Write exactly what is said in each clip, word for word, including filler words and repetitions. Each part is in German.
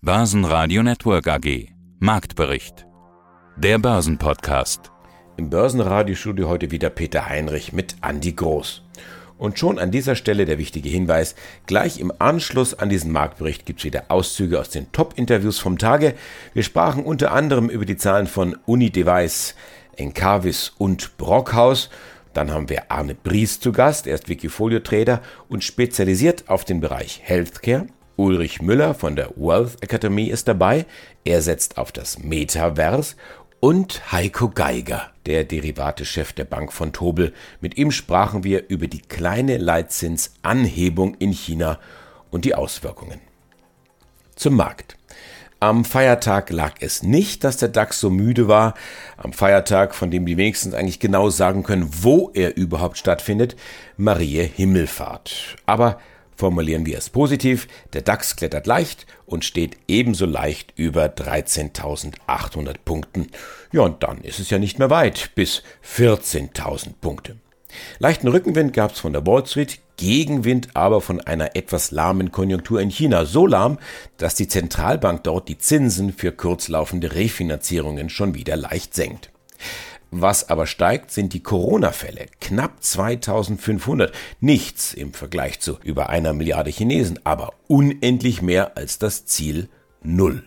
Börsenradio Network A G. Marktbericht. Der Börsenpodcast. Im Börsenradiostudio heute wieder Peter Heinrich mit Andi Groß. Und schon an dieser Stelle der wichtige Hinweis, gleich im Anschluss an diesen Marktbericht gibt es wieder Auszüge aus den Top-Interviews vom Tage. Wir sprachen unter anderem über die Zahlen von Unidevice, Encavis und Brockhaus. Dann haben wir Arne Bries zu Gast, er ist Wikifolio-Trader und spezialisiert auf den Bereich Healthcare. Ulrich Müller von der Wealth Academy ist dabei, er setzt auf das Metaverse. Und Heiko Geiger, der Derivate-Chef der Bank Vontobel. Mit ihm sprachen wir über die kleine Leitzinsanhebung in China und die Auswirkungen. Zum Markt. Am Feiertag lag es nicht, dass der DAX so müde war. Am Feiertag, von dem die wenigstens eigentlich genau sagen können, wo er überhaupt stattfindet, Mariä Himmelfahrt. Aber formulieren wir es positiv, der DAX klettert leicht und steht ebenso leicht über dreizehntausendachthundert Punkten. Ja, und dann ist es ja nicht mehr weit, bis vierzehntausend Punkte. Leichten Rückenwind gab es von der Wall Street, Gegenwind aber von einer etwas lahmen Konjunktur in China. So lahm, dass die Zentralbank dort die Zinsen für kurzlaufende Refinanzierungen schon wieder leicht senkt. Was aber steigt, sind die Corona-Fälle. Knapp zweitausendfünfhundert. Nichts im Vergleich zu über einer Milliarde Chinesen, aber unendlich mehr als das Ziel Null.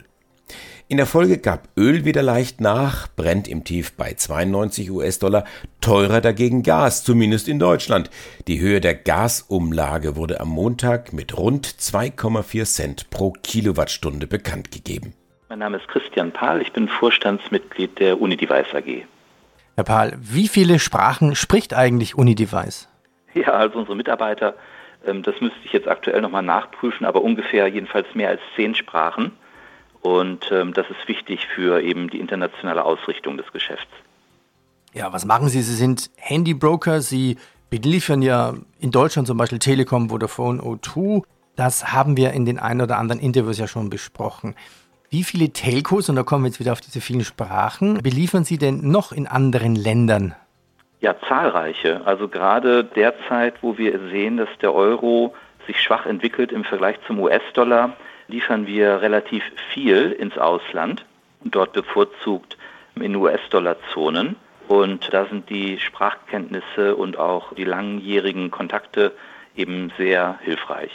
In der Folge gab Öl wieder leicht nach, brennt im Tief bei zweiundneunzig US-Dollar, teurer dagegen Gas, zumindest in Deutschland. Die Höhe der Gasumlage wurde am Montag mit rund zwei Komma vier Cent pro Kilowattstunde bekannt gegeben. Mein Name ist Christian Pahl, ich bin Vorstandsmitglied der Unidevice A G. Herr Pahl, wie viele Sprachen spricht eigentlich Unidevice? Ja, also unsere Mitarbeiter, das müsste ich jetzt aktuell nochmal nachprüfen, aber ungefähr jedenfalls mehr als zehn Sprachen. Und das ist wichtig für eben die internationale Ausrichtung des Geschäfts. Ja, was machen Sie? Sie sind Handybroker, Sie beliefern ja in Deutschland zum Beispiel Telekom, Vodafone, O zwei. Das haben wir in den ein oder anderen Interviews ja schon besprochen. Wie viele Telcos, und da kommen wir jetzt wieder auf diese vielen Sprachen, beliefern Sie denn noch in anderen Ländern? Ja, zahlreiche. Also gerade derzeit, wo wir sehen, dass der Euro sich schwach entwickelt im Vergleich zum U S-Dollar, liefern wir relativ viel ins Ausland und dort bevorzugt in U S-Dollar-Zonen. Und da sind die Sprachkenntnisse und auch die langjährigen Kontakte eben sehr hilfreich.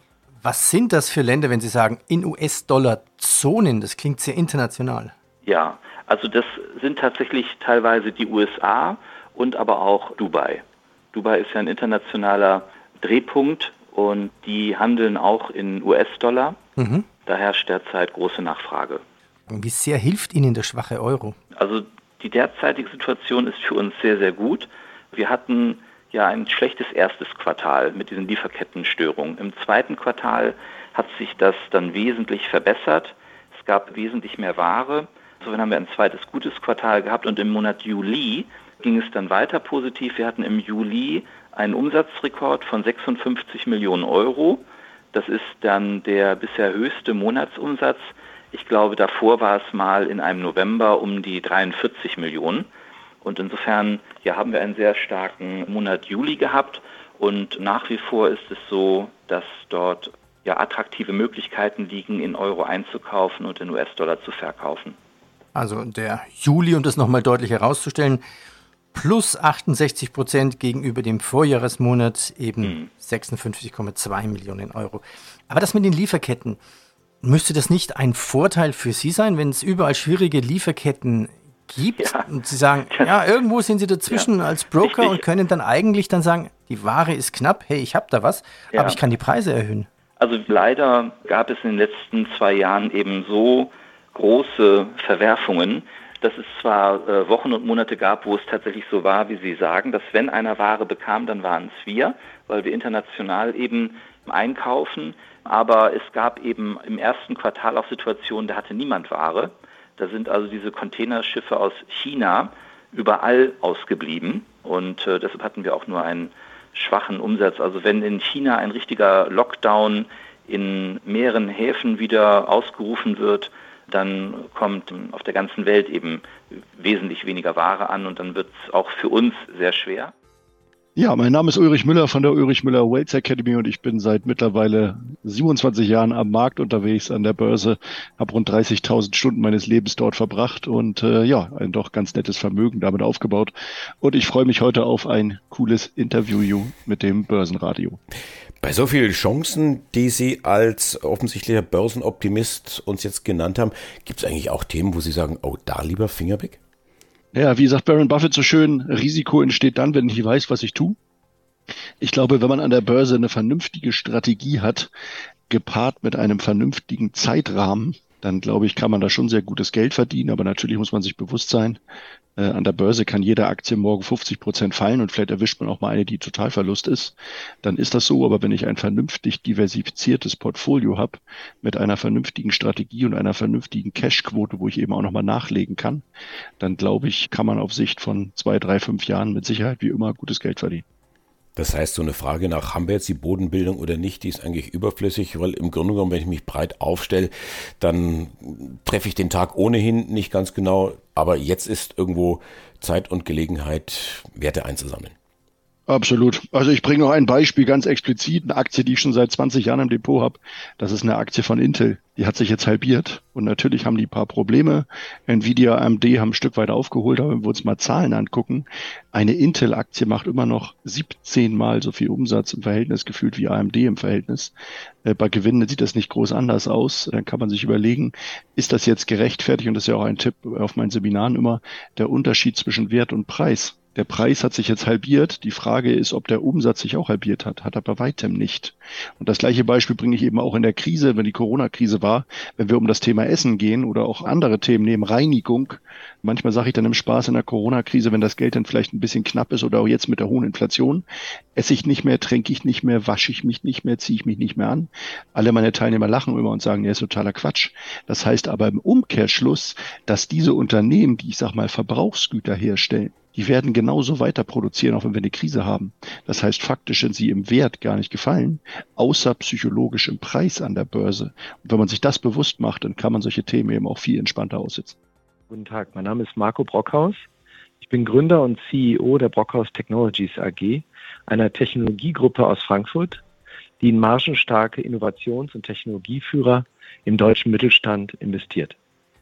Was sind das für Länder, wenn Sie sagen, in U S-Dollar-Zonen? Das klingt sehr international. Ja, also das sind tatsächlich teilweise die U S A und aber auch Dubai. Dubai ist ja ein internationaler Drehpunkt und die handeln auch in U S-Dollar. Mhm. Da herrscht derzeit große Nachfrage. Und wie sehr hilft Ihnen der schwache Euro? Also die derzeitige Situation ist für uns sehr, sehr gut. Wir hatten ja ein schlechtes erstes Quartal mit diesen Lieferkettenstörungen. Im zweiten Quartal hat sich das dann wesentlich verbessert. Es gab wesentlich mehr Ware. Insofern haben wir ein zweites gutes Quartal gehabt und im Monat Juli ging es dann weiter positiv. Wir hatten im Juli einen Umsatzrekord von sechsundfünfzig Millionen Euro. Das ist dann der bisher höchste Monatsumsatz. Ich glaube, davor war es mal in einem November um die dreiundvierzig Millionen. Und insofern ja, haben wir einen sehr starken Monat Juli gehabt und nach wie vor ist es so, dass dort ja attraktive Möglichkeiten liegen, in Euro einzukaufen und in U S-Dollar zu verkaufen. Also der Juli, um das nochmal deutlich herauszustellen, plus achtundsechzig Prozent gegenüber dem Vorjahresmonat, eben hm. sechsundfünfzig Komma zwei Millionen Euro. Aber das mit den Lieferketten, müsste das nicht ein Vorteil für Sie sein, wenn es überall schwierige Lieferketten gibt ja. und Sie sagen, ja, irgendwo sind Sie dazwischen ja. als Broker Richtig. Und können dann eigentlich dann sagen, die Ware ist knapp, hey, ich habe da was, ja. aber ich kann die Preise erhöhen. Also leider gab es in den letzten zwei Jahren eben so große Verwerfungen, dass es zwar äh, Wochen und Monate gab, wo es tatsächlich so war, wie Sie sagen, dass wenn einer Ware bekam, dann waren es wir, weil wir international eben einkaufen, aber es gab eben im ersten Quartal auch Situationen, da hatte niemand Ware. Da sind also diese Containerschiffe aus China überall ausgeblieben und äh, deshalb hatten wir auch nur einen schwachen Umsatz. Also wenn in China ein richtiger Lockdown in mehreren Häfen wieder ausgerufen wird, dann kommt auf der ganzen Welt eben wesentlich weniger Ware an und dann wird es auch für uns sehr schwer. Ja, mein Name ist Ulrich Müller von der Ulrich Müller Wealth Academy und ich bin seit mittlerweile siebenundzwanzig Jahren am Markt unterwegs, an der Börse, habe rund dreißigtausend Stunden meines Lebens dort verbracht und äh, ja, ein doch ganz nettes Vermögen damit aufgebaut. Und ich freue mich heute auf ein cooles Interview mit dem Börsenradio. Bei so vielen Chancen, die Sie als offensichtlicher Börsenoptimist uns jetzt genannt haben, gibt es eigentlich auch Themen, wo Sie sagen, oh, da lieber Finger weg? Ja, wie sagt Warren Buffett so schön, Risiko entsteht dann, wenn ich weiß, was ich tue. Ich glaube, wenn man an der Börse eine vernünftige Strategie hat, gepaart mit einem vernünftigen Zeitrahmen, dann glaube ich, kann man da schon sehr gutes Geld verdienen. Aber natürlich muss man sich bewusst sein, äh, an der Börse kann jede Aktie morgen fünfzig Prozent fallen und vielleicht erwischt man auch mal eine, die Totalverlust ist. Dann ist das so. Aber wenn ich ein vernünftig diversifiziertes Portfolio habe mit einer vernünftigen Strategie und einer vernünftigen Cashquote, wo ich eben auch nochmal nachlegen kann, dann glaube ich, kann man auf Sicht von zwei, drei, fünf Jahren mit Sicherheit wie immer gutes Geld verdienen. Das heißt, so eine Frage nach, haben wir jetzt die Bodenbildung oder nicht, die ist eigentlich überflüssig, weil im Grunde genommen, wenn ich mich breit aufstelle, dann treffe ich den Tag ohnehin nicht ganz genau. Aber jetzt ist irgendwo Zeit und Gelegenheit, Werte einzusammeln. Absolut. Also ich bringe noch ein Beispiel ganz explizit. Eine Aktie, die ich schon seit zwanzig Jahren im Depot habe. Das ist eine Aktie von Intel. Die hat sich jetzt halbiert. Und natürlich haben die ein paar Probleme. Nvidia, A M D haben ein Stück weit aufgeholt. Aber wenn wir uns mal Zahlen angucken, eine Intel-Aktie macht immer noch siebzehn Mal so viel Umsatz im Verhältnis gefühlt wie A M D im Verhältnis. Äh, bei Gewinnen sieht das nicht groß anders aus. Dann kann man sich überlegen, ist das jetzt gerechtfertigt? Und das ist ja auch ein Tipp auf meinen Seminaren immer, der Unterschied zwischen Wert und Preis. Der Preis hat sich jetzt halbiert. Die Frage ist, ob der Umsatz sich auch halbiert hat. Hat er bei weitem nicht. Und das gleiche Beispiel bringe ich eben auch in der Krise, wenn die Corona-Krise war, wenn wir um das Thema Essen gehen oder auch andere Themen nehmen, Reinigung. Manchmal sage ich dann im Spaß in der Corona-Krise, wenn das Geld dann vielleicht ein bisschen knapp ist oder auch jetzt mit der hohen Inflation, esse ich nicht mehr, trinke ich nicht mehr, wasche ich mich nicht mehr, ziehe ich mich nicht mehr an. Alle meine Teilnehmer lachen immer und sagen, ja, ist totaler Quatsch. Das heißt aber im Umkehrschluss, dass diese Unternehmen, die ich sag mal Verbrauchsgüter herstellen, die werden genauso weiter produzieren, auch wenn wir eine Krise haben. Das heißt, faktisch sind sie im Wert gar nicht gefallen, außer psychologisch im Preis an der Börse. Und wenn man sich das bewusst macht, dann kann man solche Themen eben auch viel entspannter aussitzen. Guten Tag, mein Name ist Marco Brockhaus. Ich bin Gründer und C E O der Brockhaus Technologies A G, einer Technologiegruppe aus Frankfurt, die in margenstarke Innovations- und Technologieführer im deutschen Mittelstand investiert.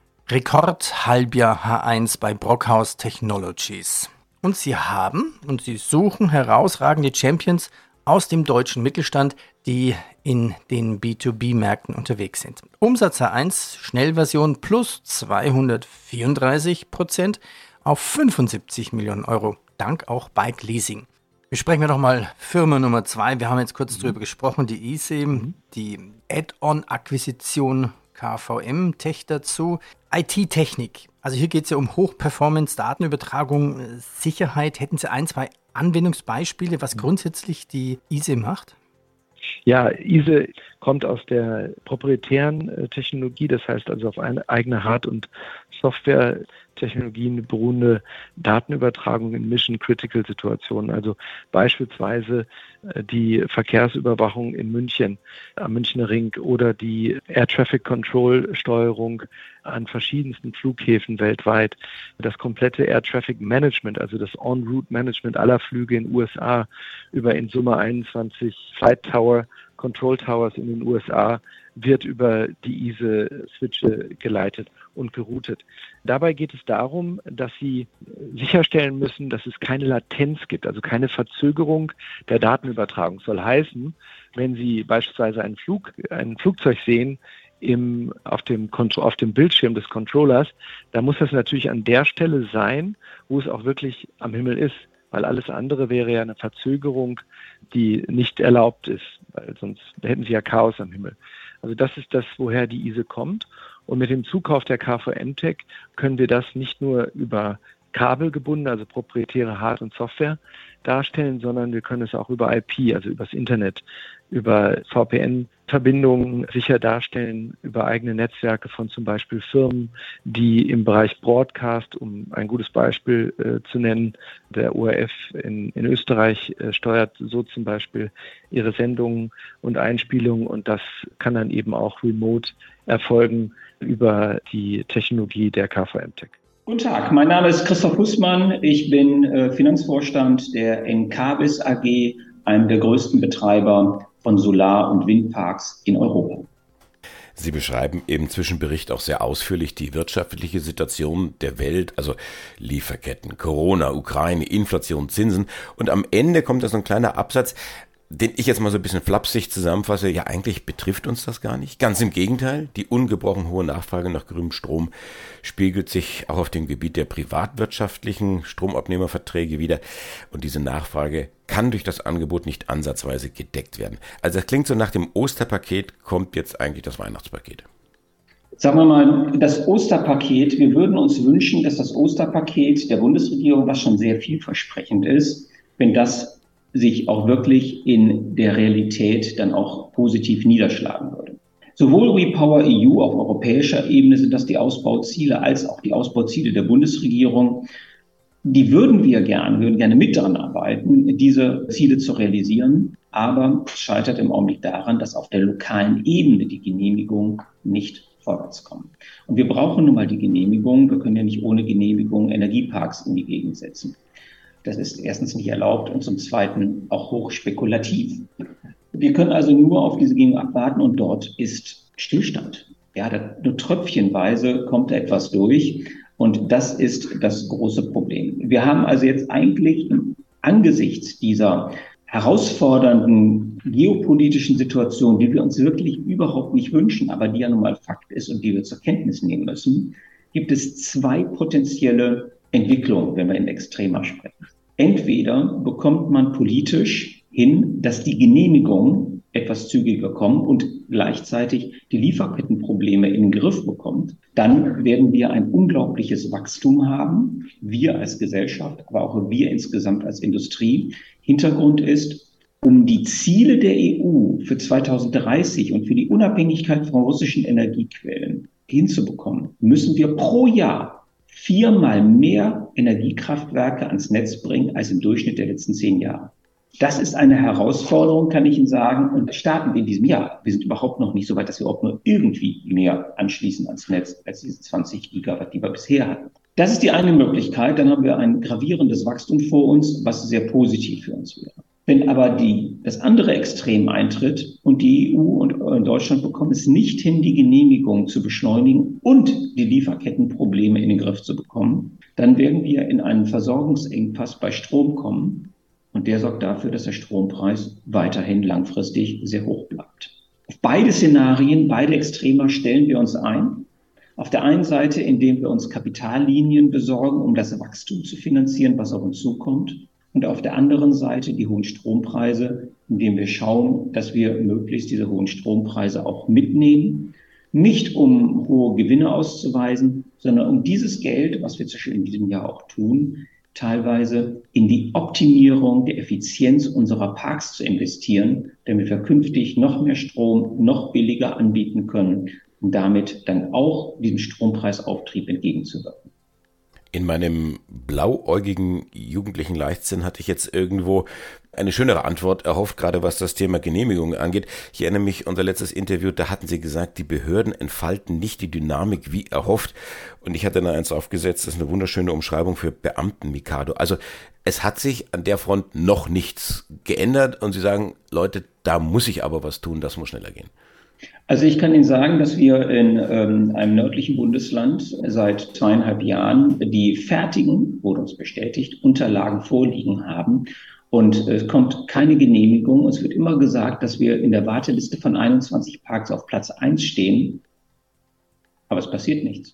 Rekordhalbjahr H eins bei Brockhaus Technologies. Und sie haben und sie suchen herausragende Champions aus dem deutschen Mittelstand, die in den B zwei B-Märkten unterwegs sind. Umsatz H eins, Schnellversion plus zweihundertvierunddreißig Prozent auf fünfundsiebzig Millionen Euro, dank auch Bike Leasing. Besprechen wir doch mal Firma Nummer zwei. Wir haben jetzt kurz mhm. drüber gesprochen, die I S E, mhm. die Add-on-Akquisition K V M Tech dazu. I T-Technik. Also hier geht es ja um Hochperformance-Datenübertragung, Sicherheit. Hätten Sie ein, zwei Anwendungsbeispiele, was grundsätzlich die I S E macht? Ja, I S E kommt aus der proprietären Technologie, das heißt also auf eine eigene Hard- und Software-Technologien beruhende Datenübertragung in Mission-Critical-Situationen. Also beispielsweise die Verkehrsüberwachung in München, am Münchner Ring oder die Air Traffic Control-Steuerung an verschiedensten Flughäfen weltweit, das komplette Air Traffic Management, also das On-Route-Management aller Flüge in den U S A über in Summe einundzwanzig Flight Tower, Control Towers in den U S A, wird über die I S E-Switche geleitet und geroutet. Dabei geht es darum, dass Sie sicherstellen müssen, dass es keine Latenz gibt, also keine Verzögerung der Datenübertragung. Soll heißen, wenn Sie beispielsweise einen Flug, ein Flugzeug sehen, Im, auf, dem, auf dem Bildschirm des Controllers, da muss das natürlich an der Stelle sein, wo es auch wirklich am Himmel ist, weil alles andere wäre ja eine Verzögerung, die nicht erlaubt ist, weil sonst hätten Sie ja Chaos am Himmel. Also das ist das, woher die I S E kommt. Und mit dem Zukauf der K V M Tech können wir das nicht nur über Kabel gebunden, also proprietäre Hard- und Software darstellen, sondern wir können es auch über I P, also übers Internet, über V P N-Verbindungen sicher darstellen, über eigene Netzwerke von zum Beispiel Firmen, die im Bereich Broadcast, um ein gutes Beispiel äh, zu nennen, der O R F in, in Österreich äh, steuert so zum Beispiel ihre Sendungen und Einspielungen und das kann dann eben auch remote erfolgen über die Technologie der K V M Tech. Guten Tag, mein Name ist Christoph Hussmann. Ich bin äh, Finanzvorstand der Encavis A G, einem der größten Betreiber von Solar- und Windparks in Europa. Sie beschreiben im Zwischenbericht auch sehr ausführlich die wirtschaftliche Situation der Welt, also Lieferketten, Corona, Ukraine, Inflation, Zinsen. Und am Ende kommt da so ein kleiner Absatz, den ich jetzt mal so ein bisschen flapsig zusammenfasse. Ja, eigentlich betrifft uns das gar nicht. Ganz im Gegenteil, die ungebrochen hohe Nachfrage nach grünem Strom spiegelt sich auch auf dem Gebiet der privatwirtschaftlichen Stromabnehmerverträge wider. Und diese Nachfrage kann durch das Angebot nicht ansatzweise gedeckt werden. Also das klingt so, nach dem Osterpaket kommt jetzt eigentlich das Weihnachtspaket. Sagen wir mal, das Osterpaket, wir würden uns wünschen, dass das Osterpaket der Bundesregierung, was schon sehr vielversprechend ist, wenn das sich auch wirklich in der Realität dann auch positiv niederschlagen würde. Sowohl Repower E U auf europäischer Ebene sind das die Ausbauziele als auch die Ausbauziele der Bundesregierung. Die würden wir gern, würden gerne mit daran arbeiten, diese Ziele zu realisieren. Aber es scheitert im Augenblick daran, dass auf der lokalen Ebene die Genehmigung nicht vorwärts kommen. Und wir brauchen nun mal die Genehmigung. Wir können ja nicht ohne Genehmigung Energieparks in die Gegend setzen. Das ist erstens nicht erlaubt und zum Zweiten auch hochspekulativ. Wir können also nur auf diese Genehmigung abwarten und dort ist Stillstand. Ja, da, nur tröpfchenweise kommt da etwas durch und das ist das große Problem. Wir haben also jetzt eigentlich angesichts dieser herausfordernden geopolitischen Situation, die wir uns wirklich überhaupt nicht wünschen, aber die ja nun mal Fakt ist und die wir zur Kenntnis nehmen müssen, gibt es zwei potenzielle Entwicklung, wenn wir in Extrema sprechen. Entweder bekommt man politisch hin, dass die Genehmigungen etwas zügiger kommen und gleichzeitig die Lieferkettenprobleme in den Griff bekommt. Dann werden wir ein unglaubliches Wachstum haben, wir als Gesellschaft, aber auch wir insgesamt als Industrie. Hintergrund ist, um die Ziele der E U für zweitausenddreißig und für die Unabhängigkeit von russischen Energiequellen hinzubekommen, müssen wir pro Jahr viermal mehr Energiekraftwerke ans Netz bringen als im Durchschnitt der letzten zehn Jahre. Das ist eine Herausforderung, kann ich Ihnen sagen, und starten wir in diesem Jahr. Wir sind überhaupt noch nicht so weit, dass wir auch nur irgendwie mehr anschließen ans Netz als diese zwanzig Gigawatt, die wir bisher hatten. Das ist die eine Möglichkeit. Dann haben wir ein gravierendes Wachstum vor uns, was sehr positiv für uns wäre. Wenn aber die, das andere Extrem eintritt und die E U und Deutschland bekommen es nicht hin, die Genehmigung zu beschleunigen und die Lieferkettenprobleme in den Griff zu bekommen, dann werden wir in einen Versorgungsengpass bei Strom kommen. Und der sorgt dafür, dass der Strompreis weiterhin langfristig sehr hoch bleibt. Auf beide Szenarien, beide Extrema stellen wir uns ein. Auf der einen Seite, indem wir uns Kapitallinien besorgen, um das Wachstum zu finanzieren, was auf uns zukommt. Und auf der anderen Seite die hohen Strompreise, indem wir schauen, dass wir möglichst diese hohen Strompreise auch mitnehmen. Nicht um hohe Gewinne auszuweisen, sondern um dieses Geld, was wir zum Beispiel in diesem Jahr auch tun, teilweise in die Optimierung der Effizienz unserer Parks zu investieren, damit wir künftig noch mehr Strom noch billiger anbieten können, um damit dann auch diesem Strompreisauftrieb entgegenzuwirken. In meinem blauäugigen jugendlichen Leichtsinn hatte ich jetzt irgendwo eine schönere Antwort erhofft, gerade was das Thema Genehmigungen angeht. Ich erinnere mich, unser letztes Interview, da hatten Sie gesagt, die Behörden entfalten nicht die Dynamik wie erhofft. Und ich hatte da eins aufgesetzt, das ist eine wunderschöne Umschreibung für Beamten-Mikado. Also es hat sich an der Front noch nichts geändert und Sie sagen, Leute, da muss ich aber was tun, das muss schneller gehen. Also ich kann Ihnen sagen, dass wir in ähm, einem nördlichen Bundesland seit zweieinhalb Jahren die fertigen, wurde uns bestätigt, Unterlagen vorliegen haben. Und es kommt keine Genehmigung. Es wird immer gesagt, dass wir in der Warteliste von einundzwanzig Parks auf Platz eins stehen. Aber es passiert nichts.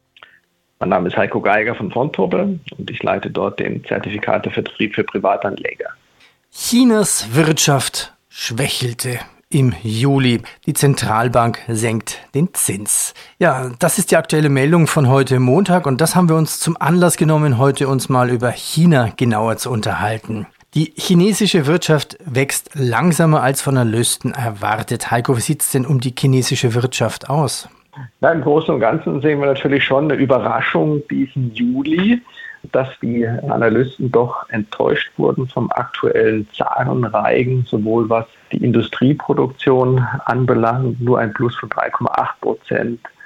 Mein Name ist Heiko Geiger von Vontobel und ich leite dort den Zertifikatevertrieb für Privatanleger. Chinas Wirtschaft schwächelte im Juli. Die Zentralbank senkt den Zins. Ja, das ist die aktuelle Meldung von heute Montag und das haben wir uns zum Anlass genommen, heute uns mal über China genauer zu unterhalten. Die chinesische Wirtschaft wächst langsamer als von Analysten erwartet. Heiko, wie sieht es denn um die chinesische Wirtschaft aus? Na, im Großen und Ganzen sehen wir natürlich schon eine Überraschung diesen Juli, dass die Analysten doch enttäuscht wurden vom aktuellen Zahlenreigen, sowohl was die Industrieproduktion anbelangt, nur ein Plus von drei Komma acht Prozent,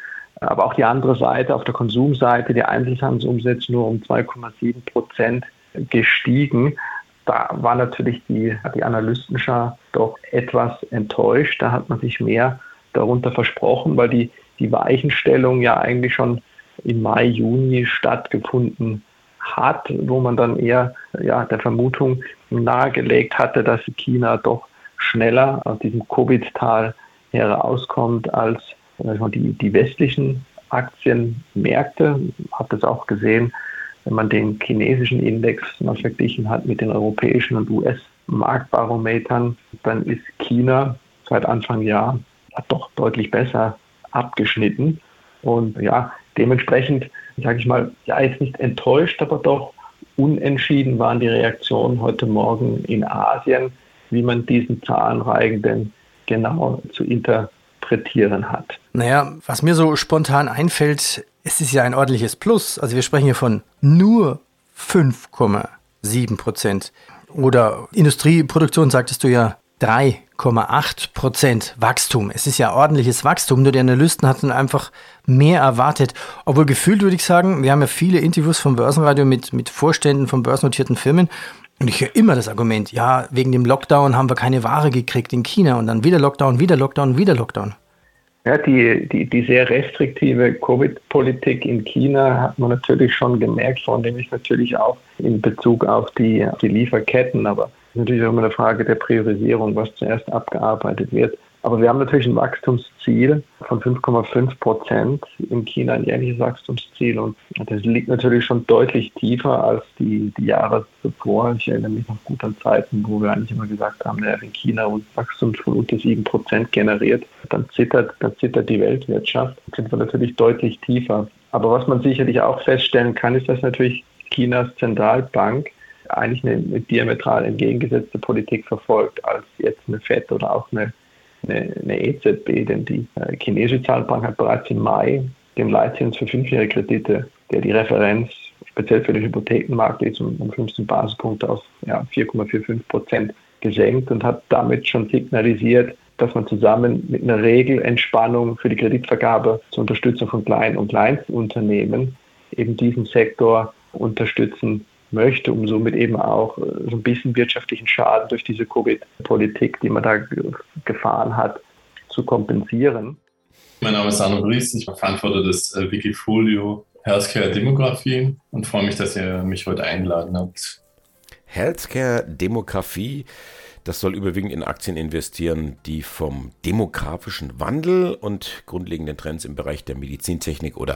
Aber auch die andere Seite, auf der Konsumseite, die Einzelhandelsumsätze nur um zwei Komma sieben Prozent gestiegen. Da war natürlich die, die Analystenschar doch etwas enttäuscht. Da hat man sich mehr darunter versprochen, weil die, die Weichenstellung ja eigentlich schon im Mai, Juni stattgefunden hat, wo man dann eher ja, der Vermutung nahegelegt hatte, dass China doch schneller aus diesem Covid-Tal herauskommt als die, die westlichen Aktienmärkte. Ich habe das auch gesehen, wenn man den chinesischen Index mal verglichen hat mit den europäischen und U S-Marktbarometern, dann ist China seit Anfang Jahr doch deutlich besser abgeschnitten. Und ja, dementsprechend, sage ich mal, ja, jetzt nicht enttäuscht, aber doch unentschieden waren die Reaktionen heute Morgen in Asien, wie man diesen Zahlenreigen denn genau zu interpretieren hat. Naja, was mir so spontan einfällt, es ist ja ein ordentliches Plus. Also wir sprechen hier von nur fünf Komma sieben Prozent. Oder Industrieproduktion, sagtest du ja, drei Komma acht Prozent Wachstum. Es ist ja ordentliches Wachstum, nur die Analysten hatten einfach mehr erwartet. Obwohl gefühlt würde ich sagen, wir haben ja viele Interviews vom Börsenradio mit, mit Vorständen von börsennotierten Firmen. Und ich höre immer das Argument, ja, wegen dem Lockdown haben wir keine Ware gekriegt in China und dann wieder Lockdown, wieder Lockdown, wieder Lockdown. Ja, die, die, die sehr restriktive Covid-Politik in China hat man natürlich schon gemerkt, vornehmlich natürlich auch in Bezug auf die, die Lieferketten. Aber es ist natürlich auch immer eine Frage der Priorisierung, was zuerst abgearbeitet wird. Aber wir haben natürlich ein Wachstumsziel von fünf Komma fünf Prozent in China, ein jährliches Wachstumsziel. Und das liegt natürlich schon deutlich tiefer als die, die Jahre zuvor. Ich erinnere mich noch gut an Zeiten, wo wir eigentlich immer gesagt haben, ja, wenn China ein Wachstum von unter sieben Prozent generiert, dann zittert, dann zittert die Weltwirtschaft. Dann sind wir natürlich deutlich tiefer. Aber was man sicherlich auch feststellen kann, ist, dass natürlich Chinas Zentralbank eigentlich eine, eine diametral entgegengesetzte Politik verfolgt als jetzt eine Fed oder auch eine Eine, eine E Z B, denn die äh, chinesische Zentralbank hat bereits im Mai den Leitzins für fünfjährige Kredite, der die Referenz speziell für den Hypothekenmarkt ist, um, um fünfzehn Basispunkte auf ja, vier Komma fünfundvierzig Prozent gesenkt und hat damit schon signalisiert, dass man zusammen mit einer Regelentspannung für die Kreditvergabe zur Unterstützung von Klein- und Kleinstunternehmen eben diesen Sektor unterstützen möchte, um somit eben auch so ein bisschen wirtschaftlichen Schaden durch diese Covid-Politik, die man da gefahren hat, zu kompensieren. Mein Name ist Arno Bries, ich verantworte das Wikifolio Healthcare Demografie und freue mich, dass ihr mich heute eingeladen habt. Healthcare Demografie, das soll überwiegend in Aktien investieren, die vom demografischen Wandel und grundlegenden Trends im Bereich der Medizintechnik oder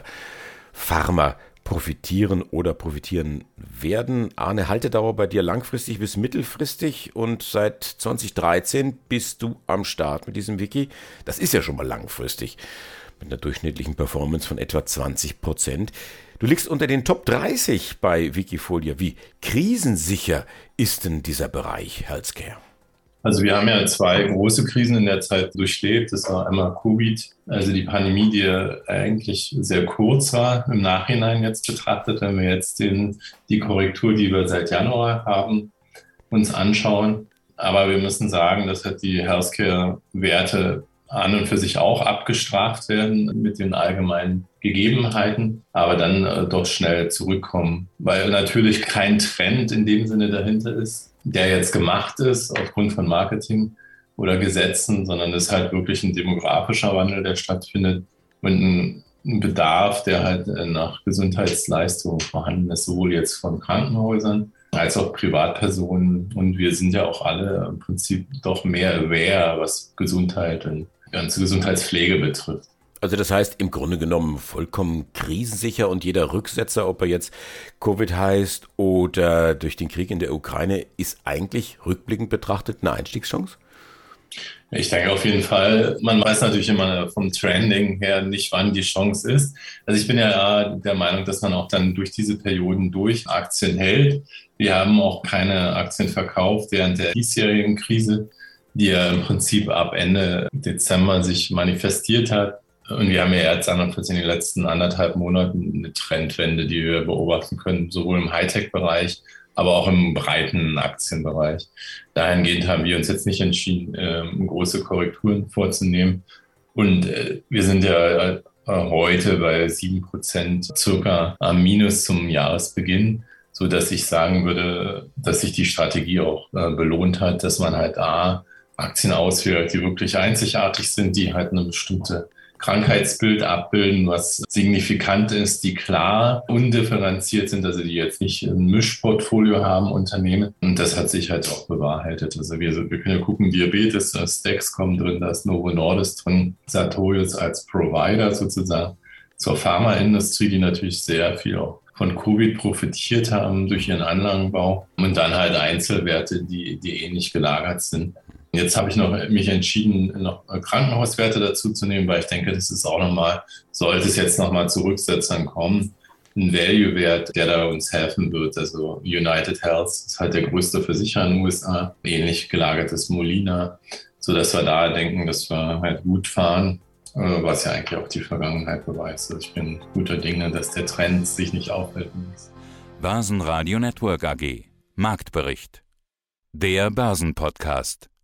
Pharma profitieren oder profitieren werden. Arne, Haltedauer bei dir langfristig bis mittelfristig und seit zwanzig dreizehn bist du am Start mit diesem Wiki. Das ist ja schon mal langfristig mit einer durchschnittlichen Performance von etwa zwanzig Prozent. Du liegst unter den Top dreißig bei Wikifolio. Wie krisensicher ist denn dieser Bereich Healthcare? Also wir haben ja zwei große Krisen in der Zeit durchlebt. Das war einmal Covid, also die Pandemie, die ja eigentlich sehr kurz war, im Nachhinein jetzt betrachtet, wenn wir jetzt den, die Korrektur, die wir seit Januar haben, uns anschauen. Aber wir müssen sagen, dass halt die Healthcare-Werte an und für sich auch abgestraft werden mit den allgemeinen Gegebenheiten, aber dann äh, doch schnell zurückkommen, weil natürlich kein Trend in dem Sinne dahinter ist, der jetzt gemacht ist aufgrund von Marketing oder Gesetzen, sondern es ist halt wirklich ein demografischer Wandel, der stattfindet und ein, ein Bedarf, der halt nach Gesundheitsleistungen vorhanden ist, sowohl jetzt von Krankenhäusern als auch Privatpersonen. Und wir sind ja auch alle im Prinzip doch mehr aware, was Gesundheit und ganze Gesundheitspflege betrifft. Also das heißt im Grunde genommen vollkommen krisensicher und jeder Rücksetzer, ob er jetzt Covid heißt oder durch den Krieg in der Ukraine, ist eigentlich rückblickend betrachtet eine Einstiegschance? Ich denke auf jeden Fall. Man weiß natürlich immer vom Trending her nicht, wann die Chance ist. Also ich bin ja der Meinung, dass man auch dann durch diese Perioden durch Aktien hält. Wir haben auch keine Aktien verkauft während der diesjährigen Krise, die ja im Prinzip ab Ende Dezember sich manifestiert hat. Und wir haben ja jetzt an und für sich in den letzten anderthalb Monaten eine Trendwende, die wir beobachten können, sowohl im Hightech-Bereich, aber auch im breiten Aktienbereich. Dahingehend haben wir uns jetzt nicht entschieden, große Korrekturen vorzunehmen. Und wir sind ja heute bei sieben Prozent circa am Minus zum Jahresbeginn, so dass ich sagen würde, dass sich die Strategie auch äh, belohnt hat, dass man halt A, Aktien auswählt, die wirklich einzigartig sind, die halt eine bestimmte Krankheitsbild abbilden, was signifikant ist, die klar undifferenziert sind, also die jetzt nicht ein Mischportfolio haben, Unternehmen. Und das hat sich halt auch bewahrheitet. Also wir, wir können ja gucken, Diabetes, da ist Dexcom drin, da ist Novo Nordisk drin, Sartorius als Provider sozusagen zur Pharmaindustrie, die natürlich sehr viel auch von Covid profitiert haben durch ihren Anlagenbau. Und dann halt Einzelwerte, die, die ähnlich gelagert sind. Jetzt habe ich noch mich entschieden, noch Krankenhauswerte dazu zu nehmen, weil ich denke, das ist auch nochmal, sollte es jetzt nochmal zu Rücksetzern kommen, ein Value-Wert, der da uns helfen wird. Also United Health ist halt der größte Versicherer in den U S A, ähnlich gelagertes Molina, sodass wir da denken, dass wir halt gut fahren, was ja eigentlich auch die Vergangenheit beweist. Also ich bin guter Dinge, dass der Trend sich nicht aufhalten lässt. Börsenradio Network A G. Marktbericht. Der Börsenpodcast.